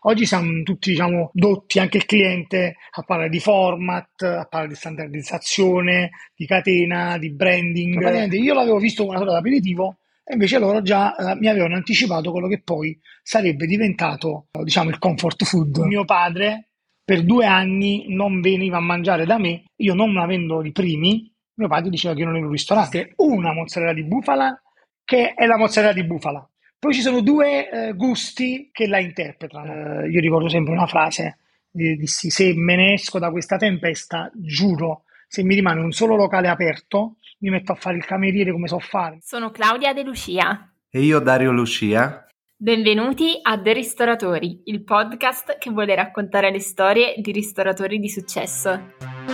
Oggi siamo tutti, diciamo, dotti, anche il cliente, a parlare di format, a parlare di standardizzazione, di catena, di branding. Praticamente io l'avevo visto come una sorta di aperitivo e invece loro già mi avevano anticipato quello che poi sarebbe diventato, diciamo, il comfort food. Mio padre per 2 anni non veniva a mangiare da me, io non avendo i primi, mio padre diceva che io non ero un ristorante, una mozzarella di bufala che è la mozzarella di bufala. Poi ci sono due gusti che la interpretano. Io ricordo sempre una frase, dissi, se me ne esco da questa tempesta, giuro, se mi rimane un solo locale aperto, mi metto a fare il cameriere come so fare. Sono Claudia De Lucia. E io Dario Lucia. Benvenuti a The Ristoratori, il podcast che vuole raccontare le storie di ristoratori di successo.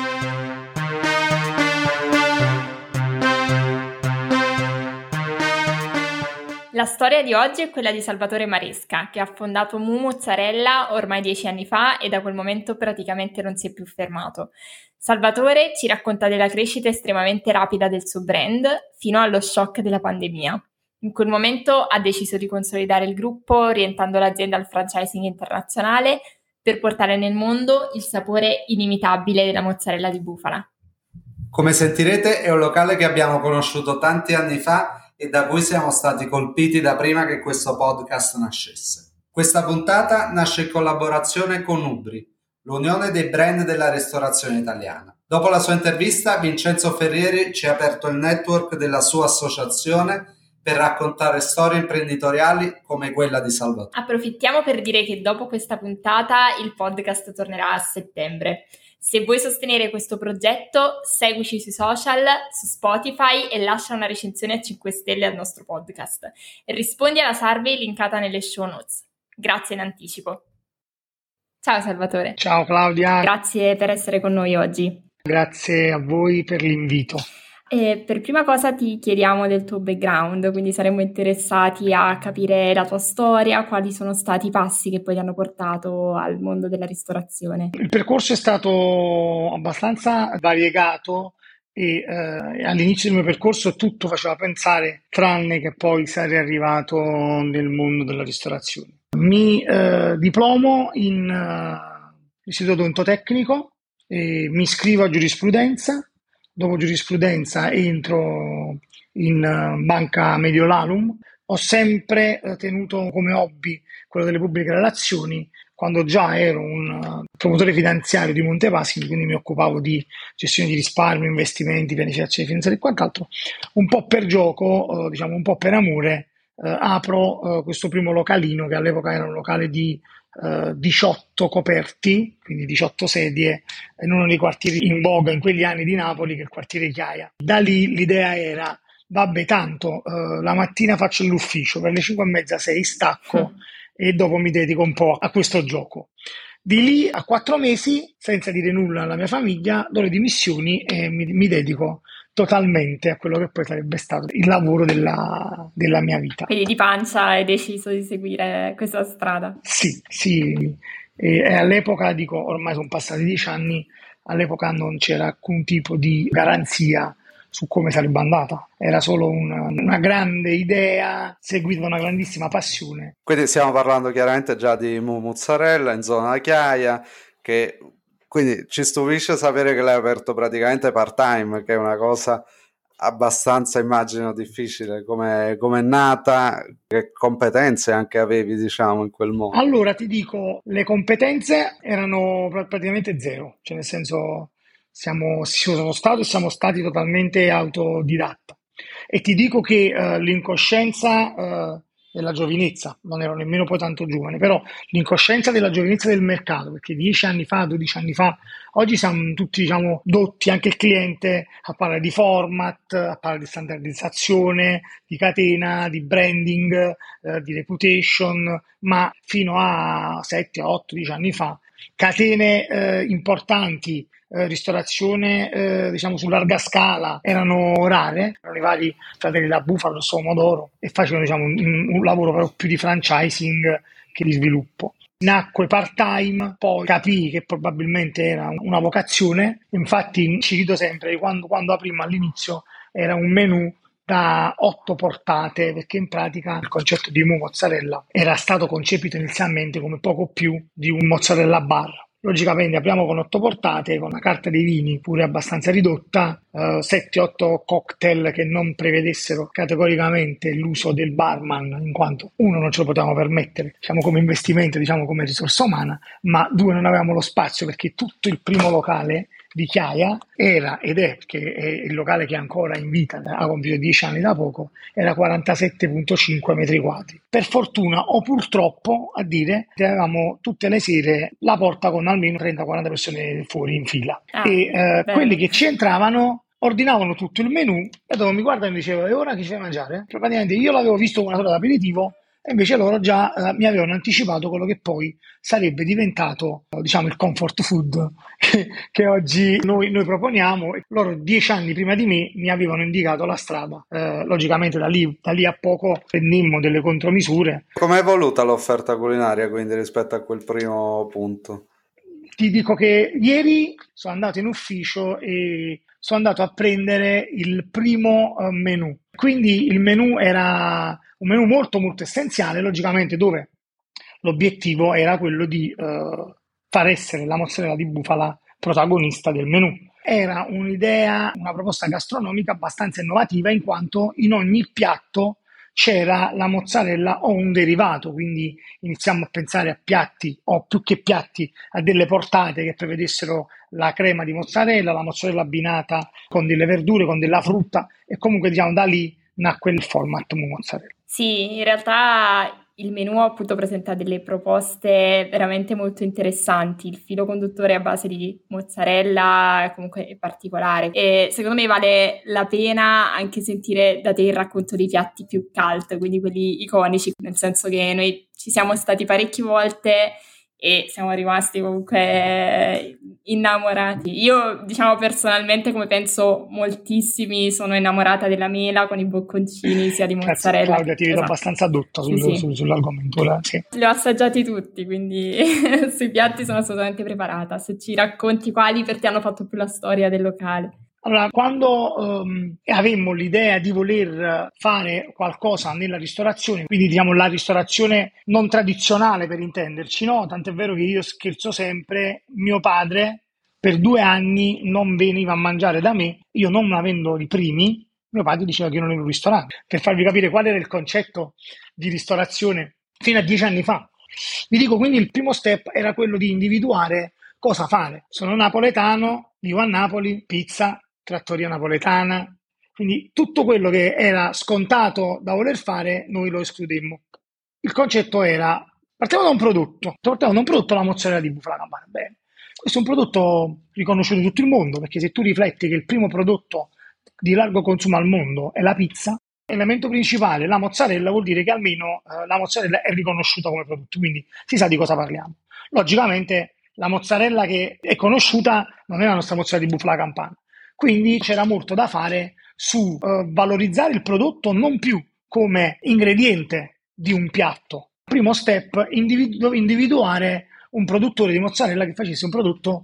La storia di oggi è quella di Salvatore Maresca, che ha fondato Mu Mozzarella ormai 10 anni fa e da quel momento praticamente non si è più fermato. Salvatore ci racconta della crescita estremamente rapida del suo brand fino allo shock della pandemia. In quel momento ha deciso di consolidare il gruppo, orientando l'azienda al franchising internazionale per portare nel mondo il sapore inimitabile della mozzarella di bufala. Come sentirete, è un locale che abbiamo conosciuto tanti anni fa e da cui siamo stati colpiti da prima che questo podcast nascesse. Questa puntata nasce in collaborazione con Ubri, l'unione dei brand della ristorazione italiana. Dopo la sua intervista, Vincenzo Ferrieri ci ha aperto il network della sua associazione per raccontare storie imprenditoriali come quella di Salvatore. Approfittiamo per dire che dopo questa puntata il podcast tornerà a settembre. Se vuoi sostenere questo progetto, seguici sui social, su Spotify e lascia una recensione a 5 stelle al nostro podcast. E rispondi alla survey linkata nelle show notes. Grazie in anticipo. Ciao Salvatore. Ciao Claudia. Grazie per essere con noi oggi. Grazie a voi per l'invito. E per prima cosa ti chiediamo del tuo background, quindi saremmo interessati a capire la tua storia, quali sono stati i passi che poi ti hanno portato al mondo della ristorazione. Il percorso è stato abbastanza variegato e all'inizio del mio percorso tutto faceva pensare, tranne che poi sarei arrivato nel mondo della ristorazione. Mi diplomo in istituto odontotecnico e mi iscrivo a giurisprudenza. Dopo giurisprudenza entro in Banca Mediolanum. Ho sempre tenuto come hobby quello delle pubbliche relazioni, quando già ero un promotore finanziario di Montepaschi, quindi mi occupavo di gestione di risparmio, investimenti, pianificazione finanziaria e quant'altro. Un po' per gioco, diciamo un po' per amore, apro questo primo localino, che all'epoca era un locale di 18 coperti, quindi 18 sedie, in uno dei quartieri in voga in quegli anni di Napoli, che è il quartiere Chiaia. Da lì l'idea era, vabbè, tanto la mattina faccio l'ufficio, per le 5:30, 6 stacco e dopo mi dedico un po' a questo gioco. Di lì a 4 mesi, senza dire nulla alla mia famiglia, do le dimissioni e mi dedico totalmente a quello che poi sarebbe stato il lavoro della mia vita. Quindi di pancia hai deciso di seguire questa strada? Sì. E all'epoca, dico, ormai sono passati 10 anni, all'epoca non c'era alcun tipo di garanzia su come sarebbe andata. Era solo una grande idea seguita da una grandissima passione. Quindi stiamo parlando chiaramente già di Mu Mozzarella in zona Chiaia, che quindi ci stupisce sapere che l'hai aperto praticamente part-time, che è una cosa abbastanza, immagino, difficile. Come è nata? Che competenze anche avevi, diciamo, in quel mondo? Allora, ti dico, le competenze erano praticamente zero, cioè nel senso siamo stati totalmente autodidatta. E ti dico che l'incoscienza della giovinezza, non ero nemmeno poi tanto giovane, però l'incoscienza della giovinezza del mercato, perché 10 anni fa, 12 anni fa, oggi siamo tutti, diciamo, dotti, anche il cliente, a parlare di format, a parlare di standardizzazione, di catena, di branding, di reputation, ma fino a 7, 8, 10 anni fa, catene importanti, ristorazione diciamo su larga scala erano rare, erano i vari Fratelli da Bufalo, Rosso Pomodoro, e facevano, diciamo, un lavoro però più di franchising che di sviluppo. Nacque part-time, poi capii che probabilmente era una vocazione, infatti ci rido sempre, quando aprimmo all'inizio era un menù da 8 portate, perché in pratica il concetto di Mu mozzarella era stato concepito inizialmente come poco più di un mozzarella bar. Logicamente apriamo con 8 portate, con una carta dei vini pure abbastanza ridotta, 7-8 cocktail che non prevedessero categoricamente l'uso del barman, in quanto uno non ce lo potevamo permettere, diciamo come investimento, diciamo come risorsa umana, ma due non avevamo lo spazio perché tutto il primo locale di Chiaia era, ed è, perché è il locale che è ancora in vita, ha compiuto 10 anni da poco, era 47,5 metri quadri. Per fortuna o purtroppo, a dire, avevamo tutte le sere la porta con almeno 30-40 persone fuori in fila. Quelli che ci entravano ordinavano tutto il menù e dopo mi guardano e mi dicevano: e ora che c'è da mangiare? Cioè, praticamente io l'avevo visto come una sorta di aperitivo, e invece loro già mi avevano anticipato quello che poi sarebbe diventato, diciamo, il comfort food che oggi noi proponiamo. Loro 10 anni prima di me mi avevano indicato la strada. Logicamente da lì a poco prendemmo delle contromisure. Com'è evoluta l'offerta culinaria quindi rispetto a quel primo punto? Ti dico che ieri sono andato in ufficio e sono andato a prendere il primo menù. Quindi il menù era un menù molto molto essenziale, logicamente, dove l'obiettivo era quello di far essere la mozzarella di bufala protagonista del menù. Era un'idea, una proposta gastronomica abbastanza innovativa, in quanto in ogni piatto c'era la mozzarella o un derivato, quindi iniziamo a pensare a piatti, o più che piatti, a delle portate che prevedessero la crema di mozzarella, la mozzarella abbinata con delle verdure, con della frutta, e comunque diciamo da lì nacque il format Mu mozzarella. Sì, in realtà il menù appunto presenta delle proposte veramente molto interessanti. Il filo conduttore a base di mozzarella è comunque particolare e secondo me vale la pena anche sentire da te il racconto dei piatti più cult, quindi quelli iconici, nel senso che noi ci siamo stati parecchie volte e siamo rimasti comunque innamorati. Io, diciamo, personalmente, come penso moltissimi, sono innamorata della mela con i bocconcini sia di mozzarella. Claudia, ti vedo abbastanza addotta sull'argomento. Sì. Li ho assaggiati tutti, quindi sui piatti sono assolutamente preparata. Se ci racconti quali per te hanno fatto più la storia del locale. Allora, quando avemmo l'idea di voler fare qualcosa nella ristorazione, quindi diciamo la ristorazione non tradizionale per intenderci, no? Tant'è vero che io scherzo sempre, mio padre per 2 anni non veniva a mangiare da me, io non avendo i primi, mio padre diceva che io non ero un ristorante, per farvi capire qual era il concetto di ristorazione fino a 10 anni fa. Vi dico, quindi il primo step era quello di individuare cosa fare. Sono napoletano, vivo a Napoli, pizza, trattoria napoletana, quindi tutto quello che era scontato da voler fare noi lo escludemmo. Il concetto era: partiamo da un prodotto, la mozzarella di bufala campana. Bene, questo è un prodotto riconosciuto in tutto il mondo, perché se tu rifletti che il primo prodotto di largo consumo al mondo è la pizza, l'elemento principale, la mozzarella, vuol dire che almeno la mozzarella è riconosciuta come prodotto, quindi si sa di cosa parliamo. Logicamente la mozzarella che è conosciuta non è la nostra mozzarella di bufala campana. Quindi c'era molto da fare su valorizzare il prodotto non più come ingrediente di un piatto. Primo step, individuare un produttore di mozzarella che facesse un prodotto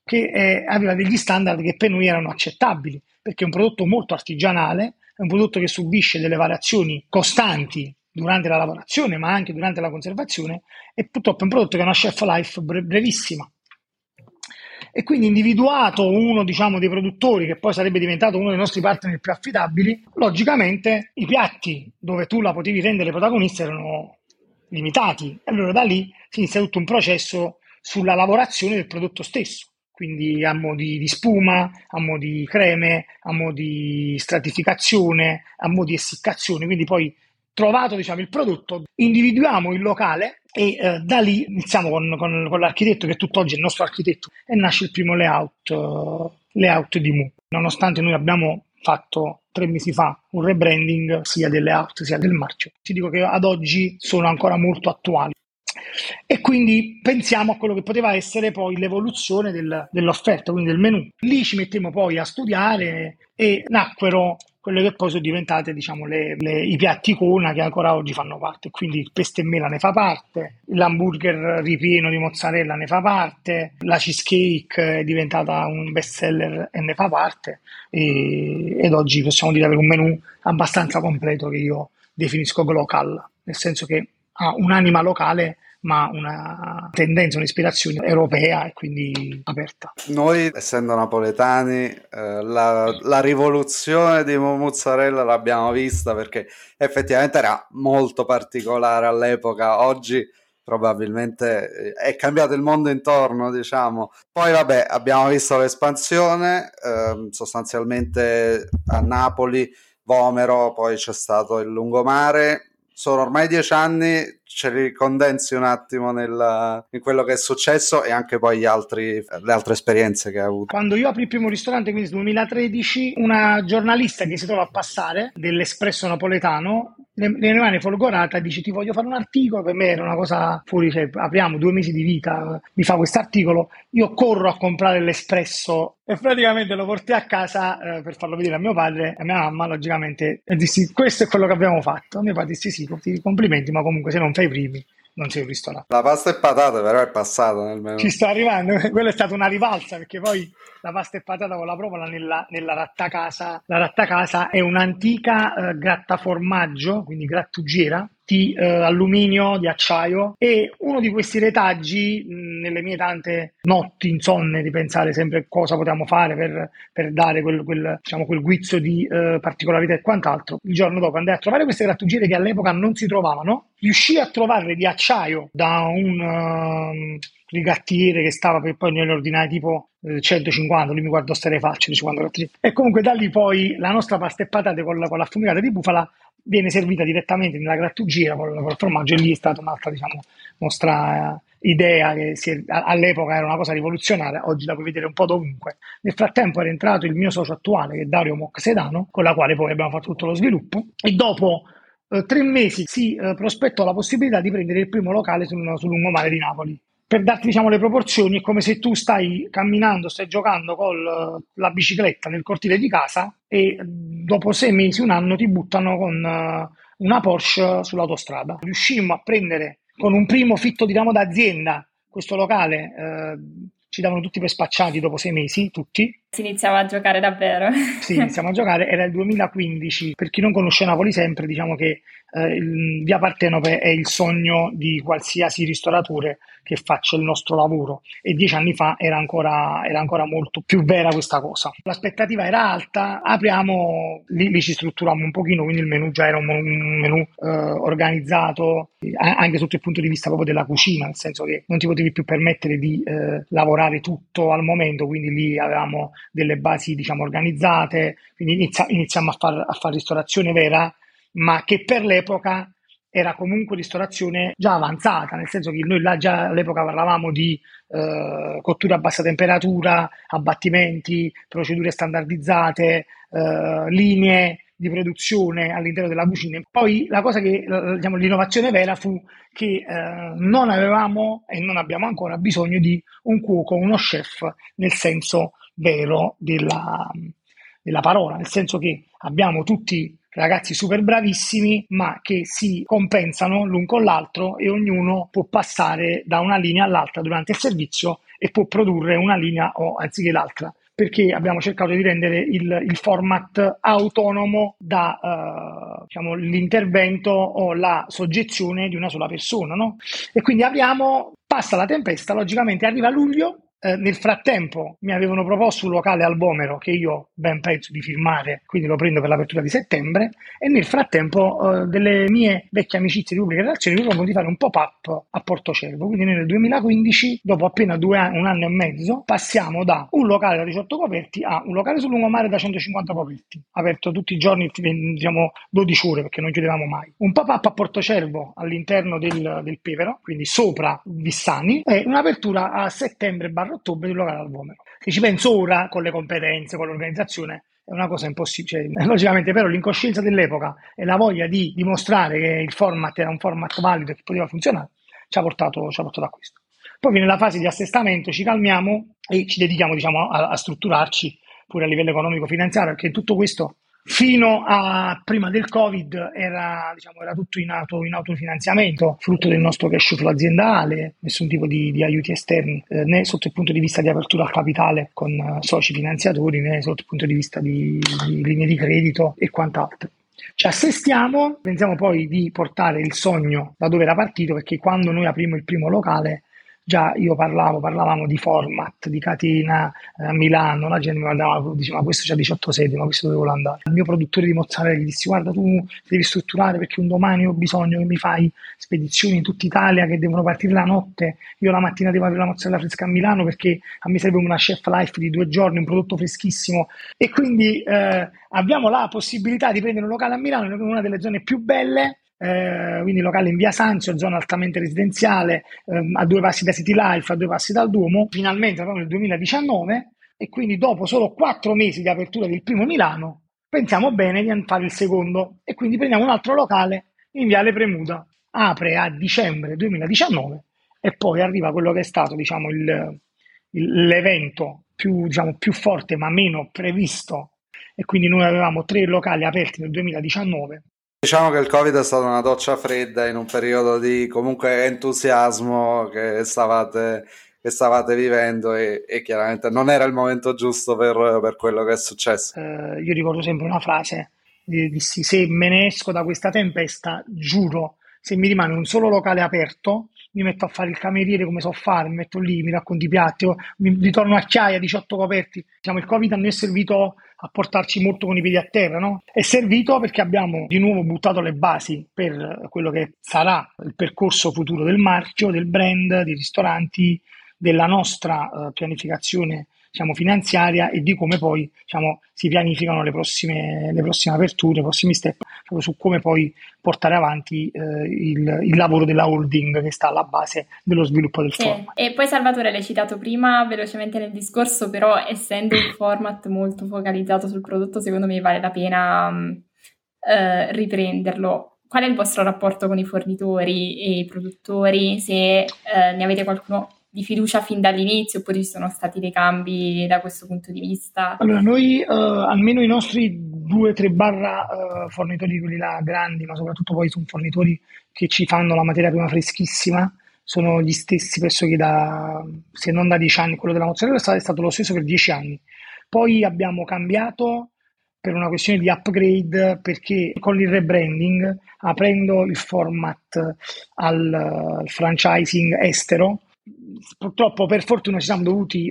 che aveva degli standard che per noi erano accettabili, perché è un prodotto molto artigianale, è un prodotto che subisce delle variazioni costanti durante la lavorazione, ma anche durante la conservazione, e purtroppo è un prodotto che ha una shelf life brevissima. E quindi, individuato uno, diciamo, dei produttori che poi sarebbe diventato uno dei nostri partner più affidabili, logicamente i piatti dove tu la potevi rendere protagonista erano limitati. Allora da lì si inizia tutto un processo sulla lavorazione del prodotto stesso, quindi a mo' di spuma, a mo' di creme, a mo' di stratificazione, a mo' di essiccazione. Quindi poi, trovato, diciamo, il prodotto, individuiamo il locale e da lì iniziamo con l'architetto, che tutt'oggi è il nostro architetto, e nasce il primo layout di Mu. Nonostante noi abbiamo fatto 3 mesi fa un rebranding sia del layout sia del marchio, ti dico che ad oggi sono ancora molto attuali. E quindi pensiamo a quello che poteva essere poi l'evoluzione dell'offerta, quindi del menù. Lì ci mettemmo poi a studiare e nacquero quelle che poi sono diventate, diciamo, i piatti icona che ancora oggi fanno parte. Quindi il pesto e mela ne fa parte, l'hamburger ripieno di mozzarella ne fa parte, la cheesecake è diventata un best seller e ne fa parte, ed oggi possiamo dire avere un menù abbastanza completo che io definisco glocal, nel senso che ha un'anima locale ma una tendenza, un'ispirazione europea e quindi aperta. Noi, essendo napoletani, la rivoluzione di mozzarella l'abbiamo vista, perché effettivamente era molto particolare all'epoca. Oggi probabilmente è cambiato il mondo intorno, diciamo. Poi vabbè, abbiamo visto l'espansione, sostanzialmente a Napoli, Vomero, poi c'è stato il lungomare. Sono ormai 10 anni, ci ricondensi un attimo in quello che è successo e anche poi le altre esperienze che hai avuto. Quando io apri il primo ristorante, quindi nel 2013, una giornalista che si trova a passare dell'Espresso napoletano ne rimane folgorata e dice: ti voglio fare un articolo. Per me era una cosa fuori, cioè, apriamo 2 mesi di vita, mi fa questo articolo, io corro a comprare l'Espresso e praticamente lo portai a casa per farlo vedere a mio padre e a mia mamma, logicamente, e dissi: questo è quello che abbiamo fatto. Mio padre disse: sì, complimenti, ma comunque se non fai i primi non sei un ristorante. La pasta e patate però è passata nel menù. Ci sta arrivando, quella è stata una rivalsa, perché poi la pasta e patata con la provola nella rattacasa. La rattacasa è un'antica grattaformaggio, quindi grattugiera di alluminio, di acciaio, e uno di questi retaggi, nelle mie tante notti insonne di pensare sempre cosa potevamo fare per dare diciamo, quel guizzo di particolarità e quant'altro, il giorno dopo andai a trovare queste grattugiere che all'epoca non si trovavano, riuscii a trovarle di acciaio da un rigattiere che stava, per poi ne ordinai tipo 150, lui mi guardò stare facce, dice quando e comunque da lì poi la nostra pasta e patate con la fumicata di bufala viene servita direttamente nella grattugiera col formaggio, e lì è stata un'altra, diciamo, nostra idea che all'epoca era una cosa rivoluzionaria, oggi la puoi vedere un po' dovunque. Nel frattempo era entrato il mio socio attuale, che è Dario Moxedano, con la quale poi abbiamo fatto tutto lo sviluppo, e dopo 3 mesi si prospettò la possibilità di prendere il primo locale sul lungomare di Napoli. Per darti, diciamo, le proporzioni, è come se tu stai camminando, stai giocando con la bicicletta nel cortile di casa e dopo 6 mesi, un anno, ti buttano con una Porsche sull'autostrada. Riuscimmo a prendere con un primo fitto, diciamo, d'azienda questo locale, ci davano tutti per spacciati dopo 6 mesi, tutti. Si iniziava a giocare davvero. Sì, iniziamo a giocare, era il 2015. Per chi non conosce Napoli sempre, diciamo che via Partenope è il sogno di qualsiasi ristoratore che faccia il nostro lavoro, e 10 anni fa era ancora molto più vera questa cosa. L'aspettativa era alta, apriamo, lì ci strutturiamo un pochino, quindi il menù già era un menù organizzato anche sotto il punto di vista proprio della cucina, nel senso che non ti potevi più permettere di lavorare tutto al momento, quindi lì avevamo delle basi, diciamo, organizzate, quindi iniziamo a fare ristorazione vera, ma che per l'epoca era comunque ristorazione già avanzata, nel senso che noi là già all'epoca parlavamo di cottura a bassa temperatura, abbattimenti, procedure standardizzate, linee di produzione all'interno della cucina. Poi la cosa che, diciamo, l'innovazione vera fu che non avevamo e non abbiamo ancora bisogno di un cuoco, uno chef, nel senso vero della parola, nel senso che abbiamo tutti ragazzi super bravissimi, ma che si compensano l'un con l'altro e ognuno può passare da una linea all'altra durante il servizio e può produrre una linea o anziché l'altra, perché abbiamo cercato di rendere il format autonomo da diciamo, l'intervento o la soggezione di una sola persona, no? E quindi passa la tempesta, logicamente arriva luglio. Nel frattempo mi avevano proposto un locale al Vomero che io ben penso di firmare, quindi lo prendo per l'apertura di settembre, e nel frattempo delle mie vecchie amicizie di pubbliche relazioni mi propongono di fare un pop-up a Portocervo. Quindi noi nel 2015, dopo appena un anno e mezzo, passiamo da un locale da 18 coperti a un locale sul lungomare da 150 coperti, aperto tutti i giorni, diciamo 12 ore perché non chiudevamo mai. Un pop-up a Portocervo all'interno del Pevero, quindi sopra Vissani, e un'apertura a settembre/ottobre del locale al Vomero. Se ci penso ora, con le competenze, con l'organizzazione, è una cosa impossibile. Cioè, logicamente però l'incoscienza dell'epoca e la voglia di dimostrare che il format era un format valido e che poteva funzionare ci ha portato a questo. Poi viene la fase di assestamento, ci calmiamo e ci dedichiamo, diciamo, a strutturarci pure a livello economico-finanziario, perché in tutto questo Fino a prima del Covid era tutto in autofinanziamento, frutto del nostro cash flow aziendale, nessun tipo di aiuti esterni, né sotto il punto di vista di apertura al capitale con soci finanziatori, né sotto il punto di vista di linee di credito e quant'altro. Ci assestiamo, pensiamo poi di portare il sogno da dove era partito, perché quando noi aprimmo il primo locale già parlavamo di format, di catena a Milano, la gente mi guardava e diceva: ma questo c'ha 18 sedi, ma questo dove vuole andare? Il mio produttore di mozzarella gli dissi: guarda, tu devi strutturare, perché un domani ho bisogno che mi fai spedizioni in tutta Italia che devono partire la notte, io la mattina devo avere la mozzarella fresca a Milano perché a me serve una chef life di 2 giorni, un prodotto freschissimo, e quindi abbiamo la possibilità di prendere un locale a Milano in una delle zone più belle, quindi locale in via Sanzio, zona altamente residenziale, a 2 passi da City Life, a 2 passi dal Duomo. Finalmente proprio nel 2019, e quindi dopo solo 4 mesi di apertura del primo Milano pensiamo bene di fare il secondo, e quindi prendiamo un altro locale in viale Premuda. Apre a dicembre 2019 e poi arriva quello che è stato l'evento più forte ma meno previsto, e quindi noi avevamo 3 locali aperti nel 2019. Diciamo che il Covid è stata una doccia fredda in un periodo di comunque entusiasmo che stavate vivendo, e chiaramente non era il momento giusto per quello che è successo. Io ricordo sempre una frase, dissi: se me ne esco da questa tempesta, giuro, se mi rimane un solo locale aperto, mi metto a fare il cameriere come so fare, mi metto lì, mi racconto i piatti, mi ritorno a Chiaia, 18 coperti. Il Covid a noi è servito a portarci molto con i piedi a terra, no? È servito perché abbiamo di nuovo buttato le basi per quello che sarà il percorso futuro del marchio, del brand, dei ristoranti, della nostra pianificazione finanziaria, e di come poi si pianificano le prossime aperture, i prossimi step, proprio su come poi portare avanti il lavoro della holding che sta alla base dello sviluppo del format. E poi Salvatore, l'hai citato prima velocemente nel discorso, però essendo un format molto focalizzato sul prodotto, secondo me vale la pena riprenderlo. Qual è il vostro rapporto con i fornitori e i produttori? Se ne avete qualcuno di fiducia fin dall'inizio, oppure ci sono stati dei cambi da questo punto di vista? Allora, noi almeno i nostri 2-3 barra fornitori, quelli là grandi, ma soprattutto poi sono fornitori che ci fanno la materia prima freschissima, sono gli stessi pressoché se non da 10 anni. Quello della mozzarella è stato lo stesso per 10 anni. Poi abbiamo cambiato per una questione di upgrade, perché con il rebranding, aprendo il format al franchising estero, purtroppo, per fortuna, ci siamo dovuti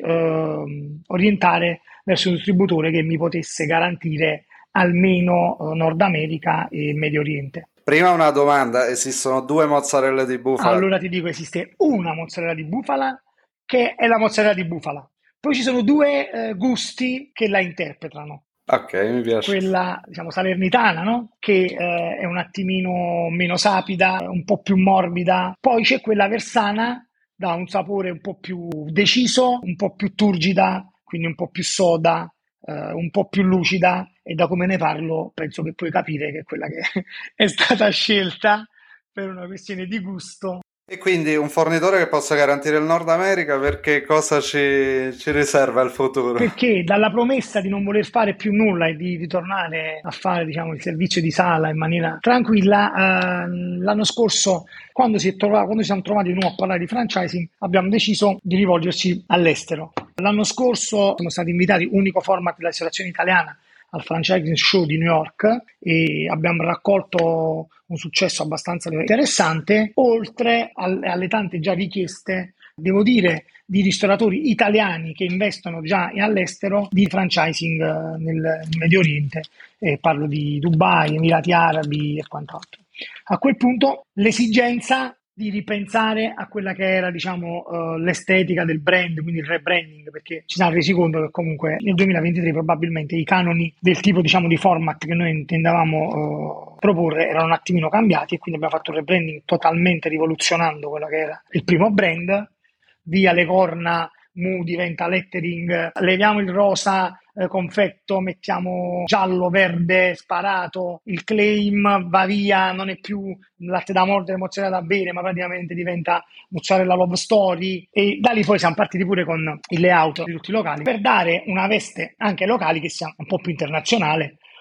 orientare verso un distributore che mi potesse garantire almeno Nord America e Medio Oriente. Prima una domanda: esistono 2 mozzarelle di bufala? Allora ti dico, esiste una mozzarella di bufala che è la mozzarella di bufala, poi ci sono 2 gusti che la interpretano. Ok, mi piace. Quella salernitana, no? Che è un attimino meno sapida, un po' più morbida. Poi c'è quella versana, dà un sapore un po' più deciso, un po' più turgida, quindi un po' più soda, un po' più lucida, e da come ne parlo penso che puoi capire che è quella che è stata scelta per una questione di gusto. E quindi un fornitore che possa garantire il Nord America, perché cosa ci riserva il futuro? Perché dalla promessa di non voler fare più nulla e di ritornare a fare il servizio di sala in maniera tranquilla, l'anno scorso, quando ci siamo trovati di nuovo a parlare di franchising, abbiamo deciso di rivolgerci all'estero. L'anno scorso siamo stati invitati, unico format della ristorazione italiana, al Franchising Show di New York, e abbiamo raccolto un successo abbastanza interessante, oltre alle tante già richieste, devo dire, di ristoratori italiani che investono già all'estero di franchising nel Medio Oriente. Parlo di Dubai, Emirati Arabi e quant'altro. A quel punto l'esigenza di ripensare a quella che era l'estetica del brand, quindi il rebranding, perché ci siamo resi conto che comunque nel 2023 probabilmente i canoni del tipo di format che noi intendavamo proporre erano un attimino cambiati, e quindi abbiamo fatto un rebranding totalmente rivoluzionando quello che era il primo brand. Via le corna, Mu diventa lettering, leviamo il rosa confetto, mettiamo giallo, verde sparato, il claim va via, non è più latte da mordere, mozzarella da bere, ma praticamente diventa mozzarella love story, e da lì poi siamo partiti pure con il layout di tutti i locali per dare una veste anche ai locali che sia un po' più internazionale,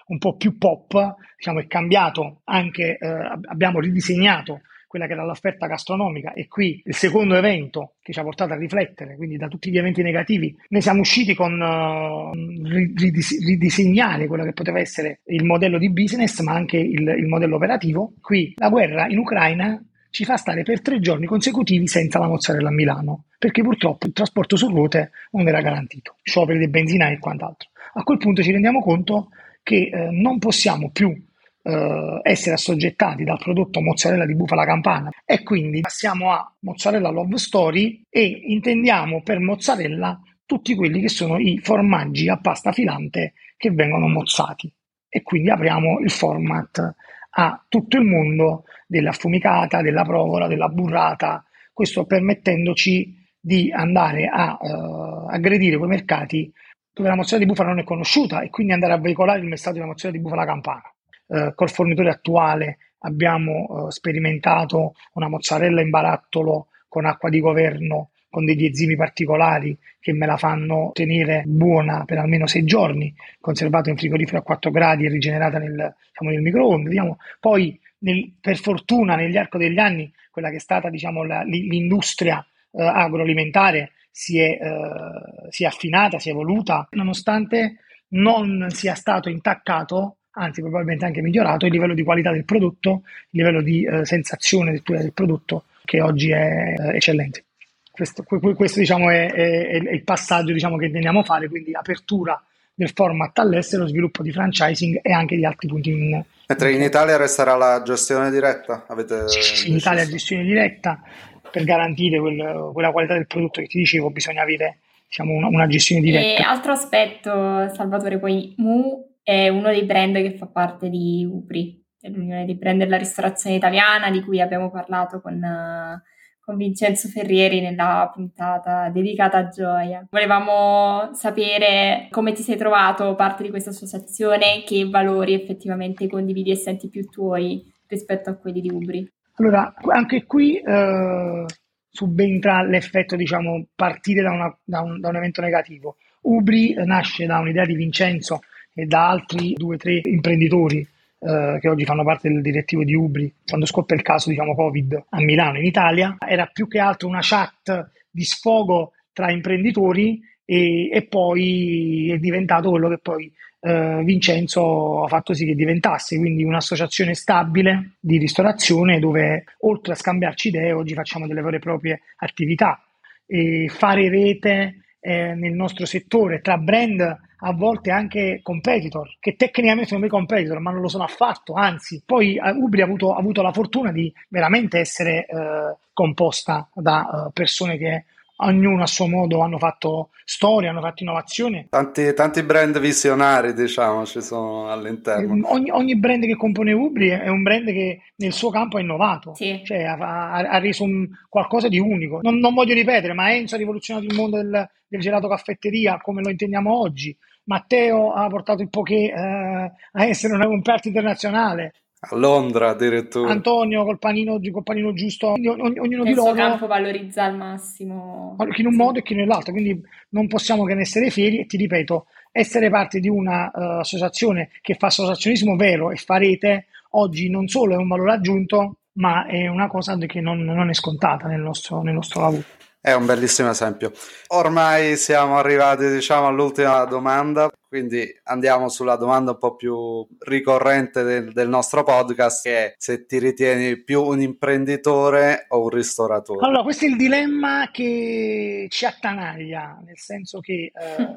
un po' più pop, diciamo, è cambiato anche, abbiamo ridisegnato quella che era l'offerta gastronomica, e qui il secondo evento che ci ha portato a riflettere, quindi da tutti gli eventi negativi ne siamo usciti con ridisegnare quello che poteva essere il modello di business, ma anche il modello operativo. Qui la guerra in Ucraina ci fa stare per 3 giorni consecutivi senza la mozzarella a Milano, perché purtroppo il trasporto su ruote non era garantito, scioperi dei benzinai e quant'altro. A quel punto ci rendiamo conto che non possiamo più essere assoggettati dal prodotto mozzarella di bufala campana, e quindi passiamo a mozzarella love story e intendiamo per mozzarella tutti quelli che sono i formaggi a pasta filante che vengono mozzati, e quindi apriamo il format a tutto il mondo della affumicata, della provola, della burrata, questo permettendoci di andare a aggredire quei mercati dove la mozzarella di bufala non è conosciuta, e quindi andare a veicolare il messaggio della mozzarella di bufala campana. Col fornitore attuale abbiamo sperimentato una mozzarella in barattolo con acqua di governo, con degli enzimi particolari che me la fanno tenere buona per almeno 6 giorni, conservata in frigorifero a 4 gradi e rigenerata nel microonde. Poi, per fortuna, negli arco degli anni, quella che è stata l'industria agroalimentare si è affinata, si è evoluta, nonostante non sia stato intaccato, anzi probabilmente anche migliorato, il livello di qualità del prodotto, il livello di sensazione del prodotto, che oggi è eccellente. Questo diciamo è il passaggio, diciamo, che intendiamo fare, quindi apertura del format all'estero, sviluppo di franchising e anche di altri punti Mentre in Italia resterà la gestione diretta? Sì, in Italia gestione diretta, per garantire quella qualità del prodotto che ti dicevo bisogna avere, diciamo, una gestione diretta. E altro aspetto, Salvatore, poi Mu è uno dei brand che fa parte di UPRI, dell'Unione dei Brand della Ristorazione Italiana, di cui abbiamo parlato con Vincenzo Ferrieri nella puntata dedicata a Gioia. Volevamo sapere come ti sei trovato parte di questa associazione, che valori effettivamente condividi e senti più tuoi rispetto a quelli di UBRI. Allora, anche qui subentra l'effetto, diciamo, partire da un evento negativo. UBRI nasce da un'idea di Vincenzo e da altri 2 o 3 imprenditori che oggi fanno parte del direttivo di UBRI. Quando scoppia il caso, diciamo, Covid a Milano, in Italia, era più che altro una chat di sfogo tra imprenditori, e poi è diventato quello che poi Vincenzo ha fatto sì che diventasse, quindi un'associazione stabile di ristorazione, dove oltre a scambiarci idee oggi facciamo delle vere e proprie attività, e fare rete nel nostro settore tra brand, a volte anche competitor, che tecnicamente sono dei competitor ma non lo sono affatto, anzi. Poi UBRI ha avuto la fortuna di veramente essere composta da persone che ognuno a suo modo hanno fatto storia, hanno fatto innovazione. Tanti brand visionari, diciamo, ci sono all'interno. Ogni brand che compone UBRI è un brand che nel suo campo ha innovato, sì. Cioè ha reso qualcosa di unico. Non voglio ripetere, ma Enzo ha rivoluzionato il mondo del gelato caffetteria come lo intendiamo oggi. Matteo ha portato il poké a essere un piatto internazionale. A Londra addirittura. Antonio col panino giusto. Ognuno nel di suo loro campo valorizza al massimo. Chi in un modo e chi nell'altro, quindi non possiamo che ne essere fieri. E ti ripeto, essere parte di una associazione che fa associazionismo vero e fa rete oggi non solo è un valore aggiunto, ma è una cosa che non è scontata nel nostro lavoro. È un bellissimo esempio. Ormai siamo arrivati, diciamo, all'ultima domanda, quindi andiamo sulla domanda un po' più ricorrente del nostro podcast, che è se ti ritieni più un imprenditore o un ristoratore. Allora, questo è il dilemma che ci attanaglia, nel senso che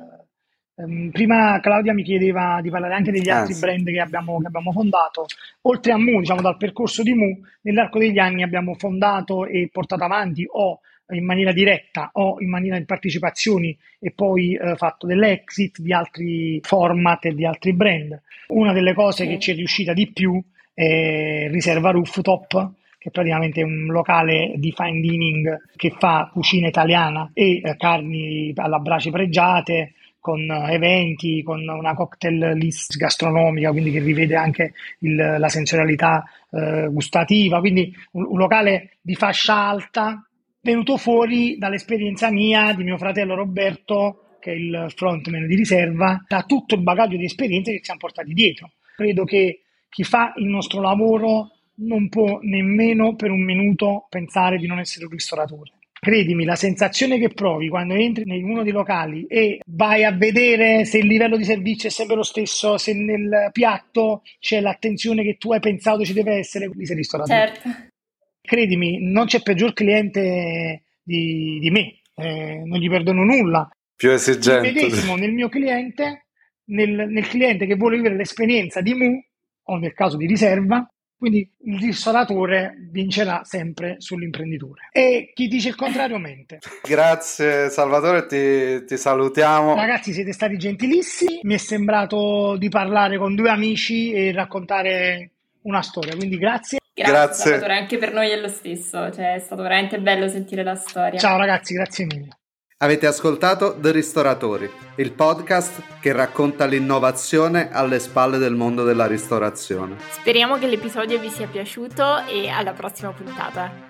prima Claudia mi chiedeva di parlare anche degli altri brand che abbiamo fondato. Oltre a Mu, diciamo, dal percorso di Mu, nell'arco degli anni abbiamo fondato e portato avanti o in maniera diretta o in maniera di partecipazioni, e poi fatto dell'exit di altri format e di altri brand. Una delle cose che ci è riuscita di più è Riserva Rooftop, che praticamente è un locale di fine dining che fa cucina italiana e carni alla brace pregiate, con eventi, con una cocktail list gastronomica, quindi che rivede anche la sensorialità gustativa, quindi un locale di fascia alta, venuto fuori dall'esperienza mia, di mio fratello Roberto, che è il frontman di Riserva, da tutto il bagaglio di esperienze che ci siamo portati dietro. Credo che chi fa il nostro lavoro non può nemmeno per un minuto pensare di non essere un ristoratore. Credimi, la sensazione che provi quando entri in uno dei locali e vai a vedere se il livello di servizio è sempre lo stesso, se nel piatto c'è l'attenzione che tu hai pensato ci deve essere, lì sei ristoratore. Certo. Credimi, non c'è peggior cliente di me, non gli perdono nulla. Più esigente. Mi medesimo nel mio cliente, nel cliente che vuole vivere l'esperienza di Mu, o nel caso di riserva, quindi il ristoratore vincerà sempre sull'imprenditore. E chi dice il contrario mente. Grazie Salvatore, ti salutiamo. Ragazzi, siete stati gentilissimi, mi è sembrato di parlare con due amici e raccontare una storia, quindi grazie. Grazie. Salvatore, anche per noi è lo stesso, cioè è stato veramente bello sentire la storia. Ciao ragazzi, grazie mille. Avete ascoltato The Ristoratori, il podcast che racconta l'innovazione alle spalle del mondo della ristorazione. Speriamo che l'episodio vi sia piaciuto e alla prossima puntata.